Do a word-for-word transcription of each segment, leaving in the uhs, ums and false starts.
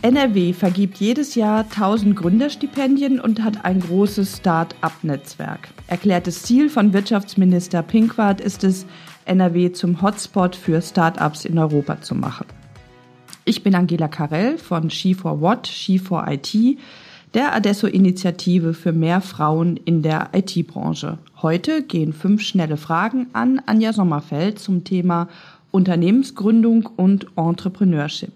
N R W vergibt jedes Jahr tausend Gründerstipendien und hat ein großes Start-up-Netzwerk. Erklärtes Ziel von Wirtschaftsminister Pinkwart ist es, N R W zum Hotspot für Start-ups in Europa zu machen. Ich bin Angela Karell von She for What, She for I T, der Adesso-Initiative für mehr Frauen in der I T-Branche. Heute gehen fünf schnelle Fragen an Anja Sommerfeld zum Thema Unternehmensgründung und Entrepreneurship.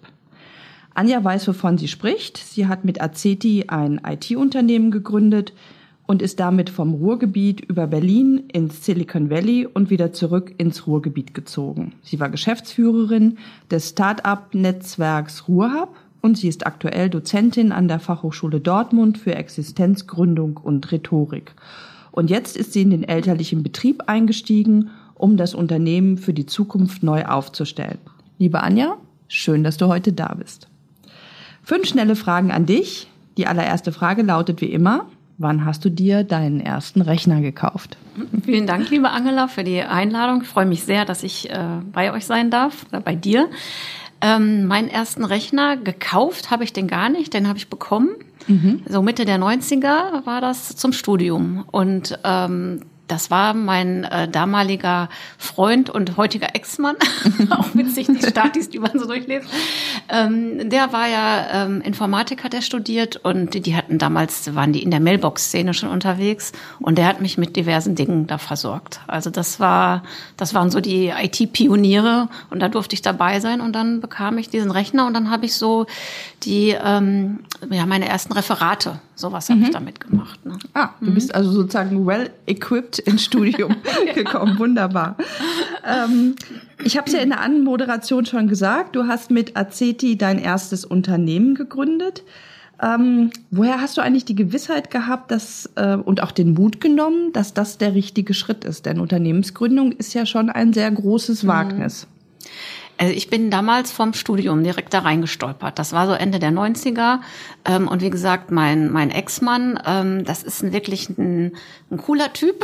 Anja weiß, wovon sie spricht. Sie hat mit Azeti ein I T-Unternehmen gegründet und ist damit vom Ruhrgebiet über Berlin ins Silicon Valley und wieder zurück ins Ruhrgebiet gezogen. Sie war Geschäftsführerin des Start-up-Netzwerks Ruhrhub und sie ist aktuell Dozentin an der Fachhochschule Dortmund für Existenzgründung und Rhetorik. Und jetzt ist sie in den elterlichen Betrieb eingestiegen, um das Unternehmen für die Zukunft neu aufzustellen. Liebe Anja, schön, dass du heute da bist. Fünf schnelle Fragen an dich. Die allererste Frage lautet wie immer: Wann hast du dir deinen ersten Rechner gekauft? Vielen Dank, liebe Angela, für die Einladung. Ich freue mich sehr, dass ich äh, bei euch sein darf, oder bei dir. Ähm, meinen ersten Rechner gekauft habe ich den gar nicht, den habe ich bekommen. Mhm. So Mitte der neunziger war das zum Studium. Und ähm, das war mein äh, damaliger Freund und heutiger Ex-Mann. Auch witzig, die Statis, die man so durchlebt. Ähm, der war ja ähm, Informatik, hat er studiert, und die, die hatten damals, waren die in der Mailbox-Szene schon unterwegs, und der hat mich mit diversen Dingen da versorgt. Also das war, das waren so die I T-Pioniere, und da durfte ich dabei sein, und dann bekam ich diesen Rechner, und dann habe ich so die, ähm, ja, meine ersten Referate, sowas habe mhm. ich damit gemacht. Ne? Ah, du mhm. bist also sozusagen well equipped ins Studium ja. gekommen. Wunderbar. Ähm, ich habe es ja in der Anmoderation schon gesagt, du hast mit Azeti dein erstes Unternehmen gegründet. Ähm, woher hast du eigentlich die Gewissheit gehabt, dass äh, und auch den Mut genommen, dass das der richtige Schritt ist? Denn Unternehmensgründung ist ja schon ein sehr großes Wagnis. Mhm. Also ich bin damals vom Studium direkt da reingestolpert. Das war so Ende der neunziger. Ähm, und wie gesagt, mein mein Ex-Mann, ähm, das ist ein, wirklich ein, ein cooler Typ.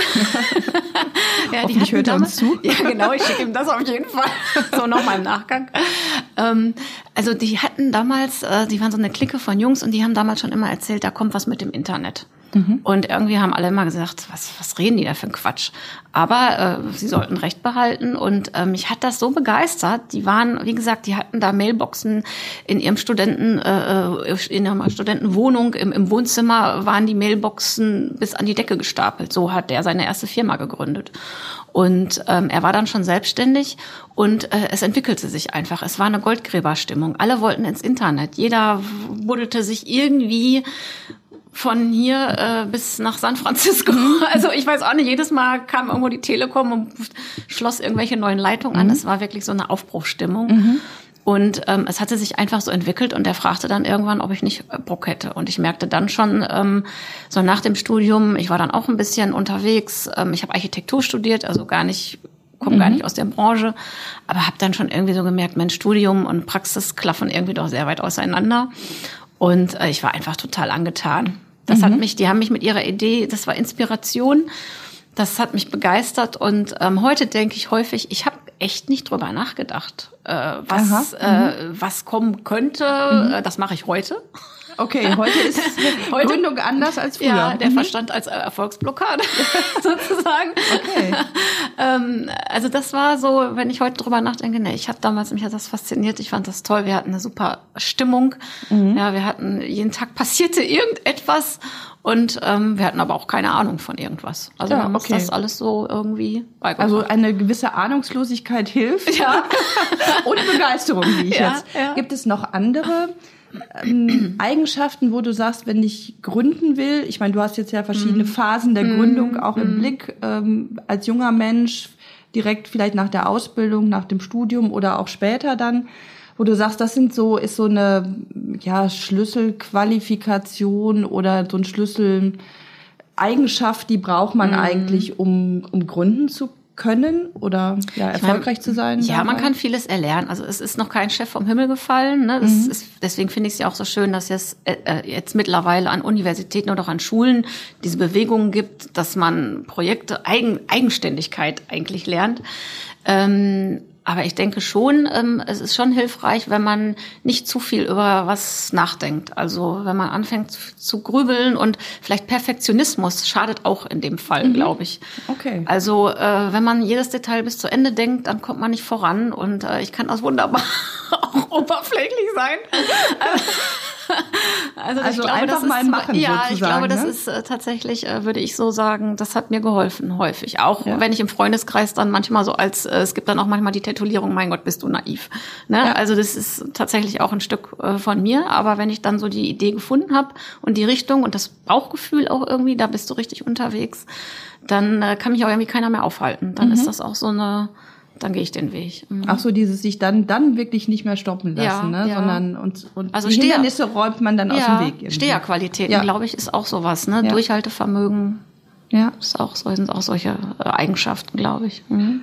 ja, Hoffentlich hört er uns zu. Ja, genau, ich schicke ihm das auf jeden Fall. So nochmal im Nachgang. Ähm, also die hatten damals, äh, die waren so eine Clique von Jungs, und die haben damals schon immer erzählt, da kommt was mit dem Internet. Mhm. Und irgendwie haben alle immer gesagt, was, was reden die da für ein Quatsch? Aber äh, sie sollten Recht behalten, und ähm, mich hat das so begeistert. Die waren, wie gesagt, die hatten da Mailboxen in ihrem Studenten, äh, in ihrer Studentenwohnung, im, im Wohnzimmer waren die Mailboxen bis an die Decke gestapelt. So hat der seine erste Firma gegründet. Und ähm, er war dann schon selbstständig, und äh, es entwickelte sich einfach. Es war eine Goldgräberstimmung. Alle wollten ins Internet. Jeder buddelte sich irgendwie von hier äh, bis nach San Francisco. Also ich weiß auch nicht, jedes Mal kam irgendwo die Telekom und schloss irgendwelche neuen Leitungen an. Es war wirklich so eine Aufbruchsstimmung. Mhm. Und ähm, es hatte sich einfach so entwickelt, und er fragte dann irgendwann, ob ich nicht Bock hätte. Und ich merkte dann schon, ähm, so nach dem Studium, ich war dann auch ein bisschen unterwegs. Ähm, ich habe Architektur studiert, also gar nicht, komme mhm. gar nicht aus der Branche, aber habe dann schon irgendwie so gemerkt, mein Studium und Praxis klaffen irgendwie doch sehr weit auseinander. Und äh, ich war einfach total angetan. Das mhm. hat mich, die haben mich mit ihrer Idee, das war Inspiration, das hat mich begeistert, und ähm, heute denke ich häufig, ich habe echt nicht drüber nachgedacht, äh, was mhm. äh, was kommen könnte. Mhm. Das mache ich heute. Okay, heute ist heute, Gründung anders als früher. Ja, der mhm. Verstand als Erfolgsblockade sozusagen. Okay. ähm, also das war so, wenn ich heute drüber nachdenke, ne, ich habe damals, mich hat das fasziniert, ich fand das toll, wir hatten eine super Stimmung, mhm. ja, wir hatten, jeden Tag passierte irgendetwas, und ähm, wir hatten aber auch keine Ahnung von irgendwas. Also ja, wir haben uns okay. das alles so irgendwie beigebracht. Also eine gewisse Ahnungslosigkeit hilft. Ja. Und Begeisterung, wie ich ja, jetzt. Ja. Gibt es noch andere ähm, Eigenschaften, wo du sagst, wenn ich gründen will, ich meine, du hast jetzt ja verschiedene mm. Phasen der mm. Gründung auch mm. im Blick, ähm, als junger Mensch, direkt vielleicht nach der Ausbildung, nach dem Studium oder auch später dann, wo du sagst, das sind so, ist so eine, ja, Schlüsselqualifikation oder so ein Schlüsseleigenschaft, die braucht man mm. eigentlich, um, um gründen zu können oder ja, erfolgreich ich mein, zu sein? Ja, dabei? Man kann vieles erlernen. Also es ist noch kein Chef vom Himmel gefallen. Ne? Das mhm. ist, deswegen finde ich es ja auch so schön, dass es äh, jetzt mittlerweile an Universitäten oder auch an Schulen diese Bewegungen gibt, dass man Projekte, Eigen, Eigenständigkeit eigentlich lernt. Ähm, aber ich denke schon, ähm, es ist schon hilfreich, wenn man nicht zu viel über was nachdenkt. Also wenn man anfängt zu, zu grübeln und vielleicht Perfektionismus schadet auch in dem Fall, mhm. glaube ich. Okay. Also äh, wenn man jedes Detail bis zu Ende denkt, dann kommt man nicht voran. Und äh, ich kann das wunderbar auch oberflächlich sein. Also, also ich glaube, einfach das mal ist, machen ja, sozusagen, ich glaube, das ne? ist äh, tatsächlich, äh, würde ich so sagen, das hat mir geholfen, häufig. Auch ja. wenn ich im Freundeskreis dann manchmal so als, äh, es gibt dann auch manchmal die Titulierung, mein Gott, bist du naiv. Ne? Ja. Also das ist tatsächlich auch ein Stück äh, von mir, aber wenn ich dann so die Idee gefunden habe und die Richtung und das Bauchgefühl auch irgendwie, da bist du richtig unterwegs, dann äh, kann mich auch irgendwie keiner mehr aufhalten. Dann mhm. ist das auch so eine... Dann gehe ich den Weg. Mhm. Ach so, dieses sich dann dann wirklich nicht mehr stoppen lassen, ja, ne? Ja. Sondern und, und also die Steher, Hindernisse räumt man dann ja, aus dem Weg. Irgendwie. Steherqualitäten, ja. glaube ich, ist auch sowas, ne? Ja. Durchhaltevermögen. Ja. Ist auch so, sind auch solche Eigenschaften, glaube ich. Mhm.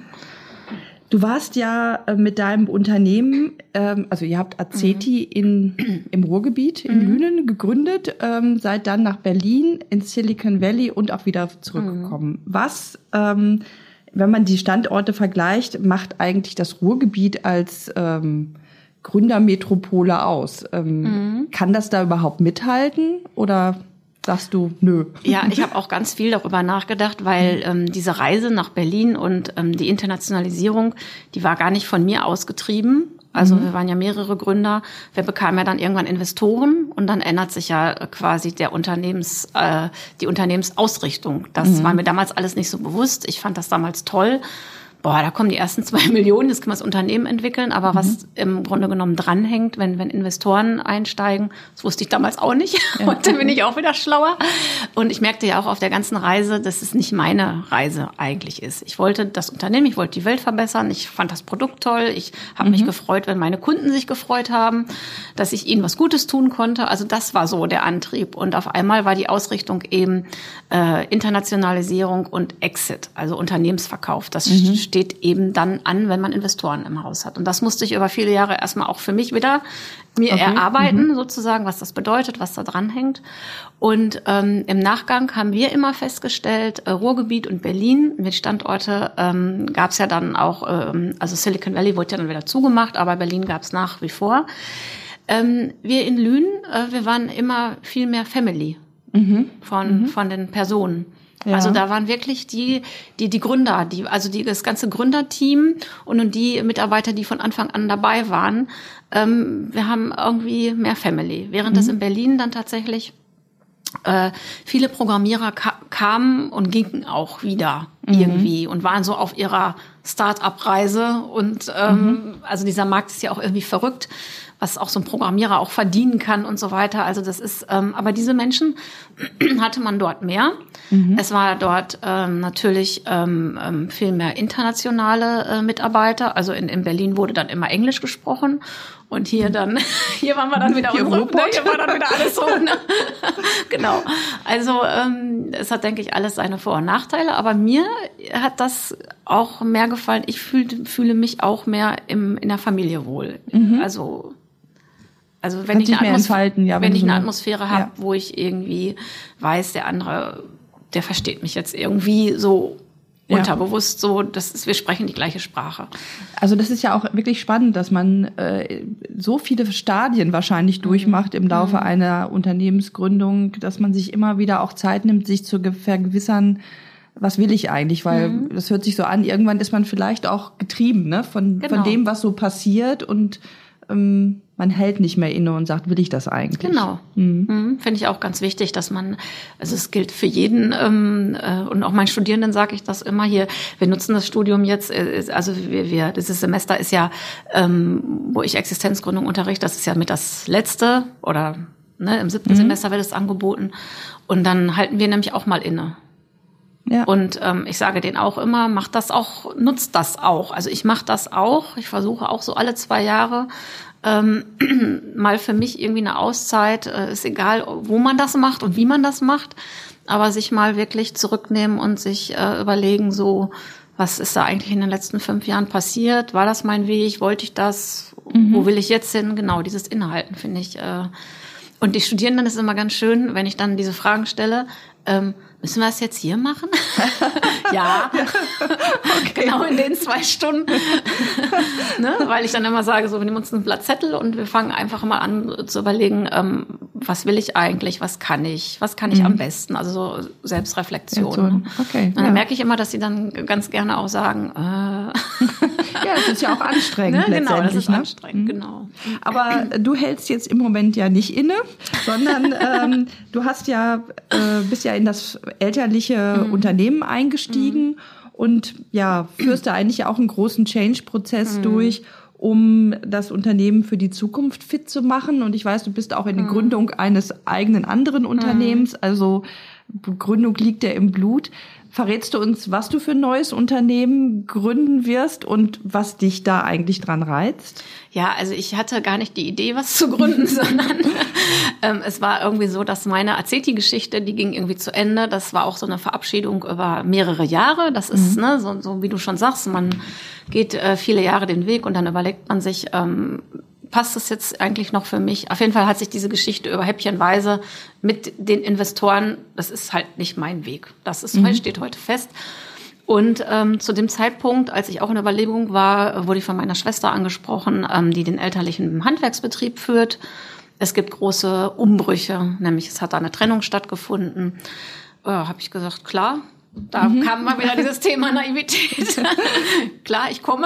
Du warst ja mit deinem Unternehmen, ähm, also ihr habt Aceti mhm. in im Ruhrgebiet in mhm. Lünen gegründet, ähm, seid dann nach Berlin ins Silicon Valley und auch wieder zurückgekommen. Mhm. Was ähm, wenn man die Standorte vergleicht, macht eigentlich das Ruhrgebiet als ähm, Gründermetropole aus. Ähm, mhm. Kann das da überhaupt mithalten oder sagst du, nö? Ja, ich habe auch ganz viel darüber nachgedacht, weil ähm, diese Reise nach Berlin und ähm, die Internationalisierung, die war gar nicht von mir ausgetrieben. Also mhm. wir waren ja mehrere Gründer. Wir bekamen ja dann irgendwann Investoren und dann ändert sich ja quasi der Unternehmens, äh, die Unternehmensausrichtung. Das mhm. war mir damals alles nicht so bewusst. Ich fand das damals toll. Boah, da kommen die ersten zwei Millionen, jetzt können wir das Unternehmen entwickeln. Aber mhm. was im Grunde genommen dranhängt, wenn, wenn Investoren einsteigen, das wusste ich damals auch nicht. Ja. Heute bin ich auch wieder schlauer. Und ich merkte ja auch auf der ganzen Reise, dass es nicht meine Reise eigentlich ist. Ich wollte das Unternehmen, ich wollte die Welt verbessern. Ich fand das Produkt toll. Ich habe mhm. mich gefreut, wenn meine Kunden sich gefreut haben, dass ich ihnen was Gutes tun konnte. Also das war so der Antrieb. Und auf einmal war die Ausrichtung eben äh, Internationalisierung und Exit, also Unternehmensverkauf. Das mhm. steht eben dann an, wenn man Investoren im Haus hat. Und das musste ich über viele Jahre erstmal auch für mich wieder mir okay. erarbeiten, mhm. sozusagen, was das bedeutet, was da dran hängt. Und ähm, im Nachgang haben wir immer festgestellt, äh, Ruhrgebiet und Berlin, mit Standorte ähm, gab es ja dann auch, ähm, also Silicon Valley wurde ja dann wieder zugemacht, aber Berlin gab es nach wie vor. Ähm, wir in Lünen, äh, wir waren immer viel mehr Family mhm. von, mhm. von den Personen. Ja. Also da waren wirklich die, die, die Gründer, die, also die, das ganze Gründerteam und, und die Mitarbeiter, die von Anfang an dabei waren. Ähm, wir haben irgendwie mehr Family. Während mhm. das in Berlin dann tatsächlich äh, viele Programmierer ka- kamen und gingen auch wieder mhm. irgendwie und waren so auf ihrer Start-up-Reise und ähm, mhm. also dieser Markt ist ja auch irgendwie verrückt, was auch so ein Programmierer auch verdienen kann und so weiter. Also das ist, ähm, aber diese Menschen hatte man dort mehr. Mhm. Es war dort ähm, natürlich ähm, viel mehr internationale äh, Mitarbeiter. Also in, in Berlin wurde dann immer Englisch gesprochen. Und hier dann, hier waren wir dann wieder hier, unsere, ne, hier war dann wieder alles so. Ne? Genau. Also ähm, es hat, denke ich, alles seine Vor- und Nachteile. Aber mir hat das auch mehr gefallen. Ich fühl, fühle mich auch mehr im, in der Familie wohl. Mhm. Also Also wenn ich, eine Atmosphäre, ja, wenn, wenn ich eine Atmosphäre habe, ja. wo ich irgendwie weiß, der andere, der versteht mich jetzt irgendwie so ja. unterbewusst so, das ist, wir sprechen die gleiche Sprache. Also das ist ja auch wirklich spannend, dass man äh, so viele Stadien wahrscheinlich mhm. durchmacht im Laufe mhm. einer Unternehmensgründung, dass man sich immer wieder auch Zeit nimmt, sich zu vergewissern, was will ich eigentlich? Weil mhm. das hört sich so an, irgendwann ist man vielleicht auch getrieben, ne, von, genau. von dem, was so passiert und ähm, man hält nicht mehr inne und sagt, will ich das eigentlich? Genau. Mhm. Mhm. Finde ich auch ganz wichtig, dass man, also es gilt für jeden ähm, äh, und auch meinen Studierenden sage ich das immer hier, wir nutzen das Studium jetzt, äh, also wir, wir dieses Semester ist ja, ähm, wo ich Existenzgründung unterrichte, das ist ja mit das letzte oder ne, im siebten mhm. Semester wird es angeboten und dann halten wir nämlich auch mal inne. Ja. Und ähm, ich sage denen auch immer, macht das auch, nutzt das auch. Also ich mache das auch. Ich versuche auch so alle zwei Jahre ähm, mal für mich irgendwie eine Auszeit. Äh, ist egal, wo man das macht und wie man das macht. Aber sich mal wirklich zurücknehmen und sich äh, überlegen, so, was ist da eigentlich in den letzten fünf Jahren passiert? War das mein Weg? Wollte ich das? Mhm. Wo will ich jetzt hin? Genau, dieses Innehalten finde ich. Äh, und die Studierenden ist immer ganz schön, wenn ich dann diese Fragen stelle. Ähm, müssen wir das jetzt hier machen? Ja, okay. Genau in den zwei Stunden. Ne? Weil ich dann immer sage, so, wir nehmen uns ein Blatt Zettel und wir fangen einfach mal an zu überlegen, ähm, was will ich eigentlich, was kann ich, was kann ich mhm. am besten, also so Selbstreflexion. So, ne? Okay, und dann ja. merke ich immer, dass sie dann ganz gerne auch sagen, äh, ja, das ist ja auch anstrengend ne? letztendlich. Genau, das ist ne? anstrengend, mhm. genau. Aber du hältst jetzt im Moment ja nicht inne, sondern ähm, du hast ja, äh, bist ja in das elterliche mhm. Unternehmen eingestiegen mhm. und ja, führst da eigentlich auch einen großen Change-Prozess mhm. durch, um das Unternehmen für die Zukunft fit zu machen. Und ich weiß, du bist auch in der mhm. Gründung eines eigenen anderen Unternehmens, also Gründung liegt ja im Blut. Verrätst du uns, was du für ein neues Unternehmen gründen wirst und was dich da eigentlich dran reizt? Ja, also ich hatte gar nicht die Idee, was zu gründen, sondern ähm, es war irgendwie so, dass meine Aceti-Geschichte, die ging irgendwie zu Ende. Das war auch so eine Verabschiedung über mehrere Jahre. Das ist, mhm. ne, so, so wie du schon sagst, man geht äh, viele Jahre den Weg und dann überlegt man sich, ähm, passt das jetzt eigentlich noch für mich? Auf jeden Fall hat sich diese Geschichte über häppchenweise mit den Investoren, das ist halt nicht mein Weg. Das ist, mhm. steht heute fest. Und ähm, zu dem Zeitpunkt, als ich auch in der Überlegung war, wurde ich von meiner Schwester angesprochen, ähm, die den elterlichen Handwerksbetrieb führt. Es gibt große Umbrüche, nämlich es hat da eine Trennung stattgefunden. Äh, habe ich gesagt, klar. Da mhm. kam mal wieder dieses Thema Naivität. Klar, ich komme.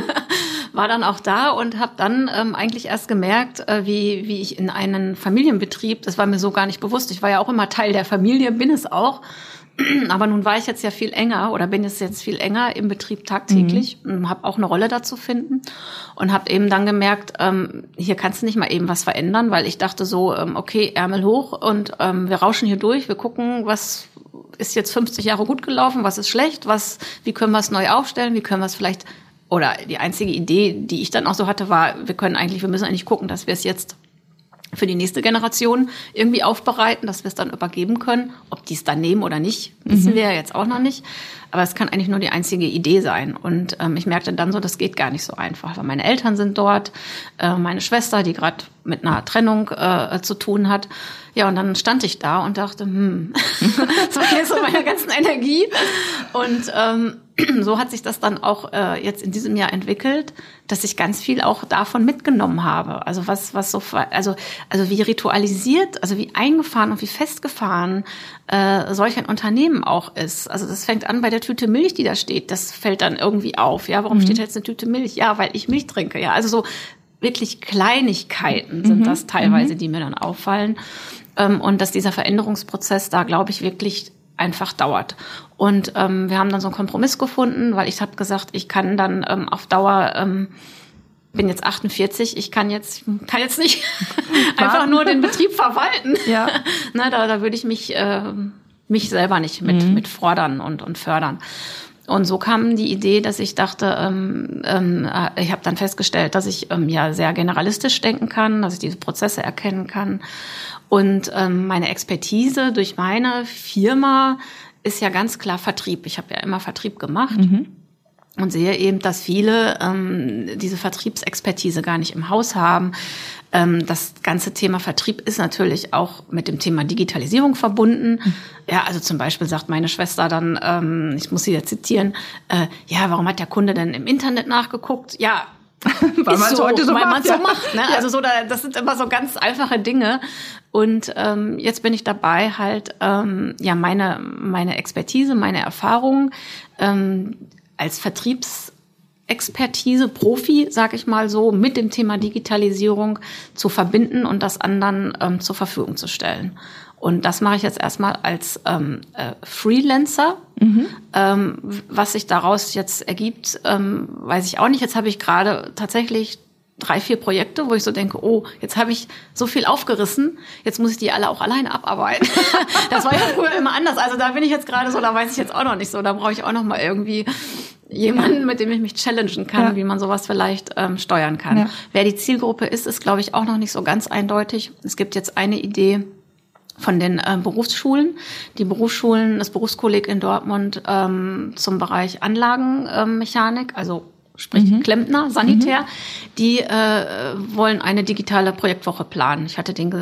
War dann auch da und habe dann ähm, eigentlich erst gemerkt, äh, wie wie ich in einen Familienbetrieb, das war mir so gar nicht bewusst. Ich war ja auch immer Teil der Familie, bin es auch. Aber nun war ich jetzt ja viel enger oder bin jetzt jetzt viel enger im Betrieb tagtäglich mhm. und habe auch eine Rolle dazu finden und habe eben dann gemerkt, ähm, hier kannst du nicht mal eben was verändern, weil ich dachte so, ähm, okay, Ärmel hoch und ähm, wir rauschen hier durch, wir gucken, was ist jetzt fünfzig Jahre gut gelaufen, was ist schlecht, was, wie können wir es neu aufstellen, wie können wir es vielleicht, oder die einzige Idee, die ich dann auch so hatte, war, wir können eigentlich, wir müssen eigentlich gucken, dass wir es jetzt für die nächste Generation irgendwie aufbereiten, dass wir es dann übergeben können. Ob die es dann nehmen oder nicht, wissen mhm. wir ja jetzt auch noch nicht. Aber es kann eigentlich nur die einzige Idee sein. Und ähm, ich merkte dann so, das geht gar nicht so einfach. Weil meine Eltern sind dort, äh, meine Schwester, die gerade mit einer Trennung äh, zu tun hat. Ja, und dann stand ich da und dachte, hm, das war jetzt so meine ganzen Energie. Und ähm, so hat sich das dann auch äh, jetzt in diesem Jahr entwickelt, dass ich ganz viel auch davon mitgenommen habe. Also was was so also also wie ritualisiert, also wie eingefahren und wie festgefahren äh, solch ein Unternehmen auch ist. Also das fängt an bei der Tüte Milch, die da steht. Das fällt dann irgendwie auf. Ja, warum mhm. steht jetzt eine Tüte Milch? Ja, weil ich Milch trinke. Ja, also so wirklich Kleinigkeiten sind mhm. das teilweise, die mir dann auffallen. Ähm, und dass dieser Veränderungsprozess da, glaube ich, wirklich einfach dauert. Und ähm, wir haben dann so einen Kompromiss gefunden, weil ich habe gesagt, ich kann dann ähm, auf Dauer, ähm, bin jetzt achtundvierzig, ich kann jetzt kann jetzt nicht einfach nur den Betrieb verwalten. Ja. Na, da, da würde ich mich äh, mich selber nicht mit mhm. mit fordern und und fördern. Und so kam die Idee, dass ich dachte, ähm, ähm, ich habe dann festgestellt, dass ich ähm, ja sehr generalistisch denken kann, dass ich diese Prozesse erkennen kann. Und ähm, meine Expertise durch meine Firma ist ja ganz klar Vertrieb. Ich habe ja immer Vertrieb gemacht mhm. und sehe eben, dass viele ähm, diese Vertriebsexpertise gar nicht im Haus haben. Ähm, das ganze Thema Vertrieb ist natürlich auch mit dem Thema Digitalisierung verbunden. Mhm. Ja, also zum Beispiel sagt meine Schwester dann, ähm, ich muss sie jetzt zitieren, äh, ja, warum hat der Kunde denn im Internet nachgeguckt? Ja, weil man es so, heute so weil macht. So macht ne? Ja. Also so, da, das sind immer so ganz einfache Dinge. Und ähm, jetzt bin ich dabei, halt ähm, ja meine meine Expertise, meine Erfahrung ähm, als Vertriebsexpertise, Profi, sag ich mal so, mit dem Thema Digitalisierung zu verbinden und das anderen ähm, zur Verfügung zu stellen. Und das mache ich jetzt erstmal als ähm, äh, Freelancer. Mhm. Ähm, was sich daraus jetzt ergibt, ähm, weiß ich auch nicht. Jetzt habe ich gerade tatsächlich drei, vier Projekte, wo ich so denke, oh, jetzt habe ich so viel aufgerissen, jetzt muss ich die alle auch alleine abarbeiten. Das war ja früher immer anders. Also da bin ich jetzt gerade so, da weiß ich jetzt auch noch nicht so. Da brauche ich auch noch mal irgendwie jemanden, mit dem ich mich challengen kann, ja. wie man sowas vielleicht ähm, steuern kann. Ja. Wer die Zielgruppe ist, ist, glaube ich, auch noch nicht so ganz eindeutig. Es gibt jetzt eine Idee von den äh, Berufsschulen. Die Berufsschulen, das Berufskolleg in Dortmund ähm, zum Bereich Anlagenmechanik, äh, also sprich mhm. Klempner, Sanitär, mhm. die äh, wollen eine digitale Projektwoche planen. Ich hatte denen gesagt,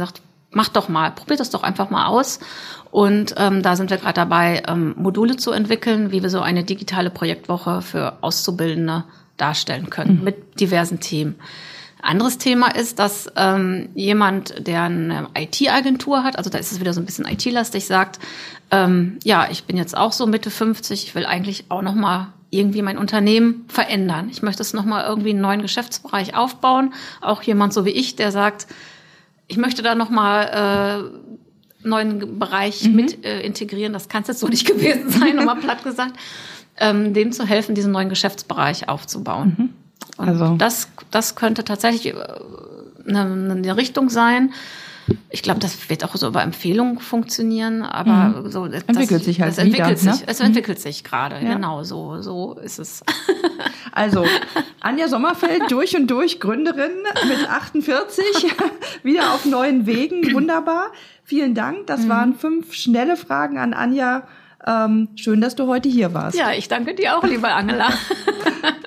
macht doch mal, probiert das doch einfach mal aus. Und ähm, da sind wir gerade dabei, ähm, Module zu entwickeln, wie wir so eine digitale Projektwoche für Auszubildende darstellen können, mhm. mit diversen Themen. Anderes Thema ist, dass ähm, jemand, der eine I T-Agentur hat, also da ist es wieder so ein bisschen I T-lastig, sagt, ähm, ja, ich bin jetzt auch so Mitte fünfzig, ich will eigentlich auch noch mal irgendwie mein Unternehmen verändern. Ich möchte es noch mal irgendwie einen neuen Geschäftsbereich aufbauen. Auch jemand so wie ich, der sagt, ich möchte da noch mal äh, neuen Bereich mhm. mit äh, integrieren. Das kann es jetzt so nicht gewesen sein, nochmal platt gesagt. Ähm, dem zu helfen, diesen neuen Geschäftsbereich aufzubauen. Mhm. Und also das, das könnte tatsächlich eine, eine Richtung sein. Ich glaube, das wird auch so über Empfehlungen funktionieren, aber mhm. so das entwickelt sich halt das entwickelt wieder, sich, ne? es entwickelt mhm. sich gerade, ja. genau so, so ist es. Also Anja Sommerfeld, durch und durch Gründerin mit achtundvierzig, wieder auf neuen Wegen, wunderbar. Vielen Dank. Das mhm. waren fünf schnelle Fragen an Anja. Ähm, schön, dass du heute hier warst. Ja, ich danke dir auch, liebe Angela.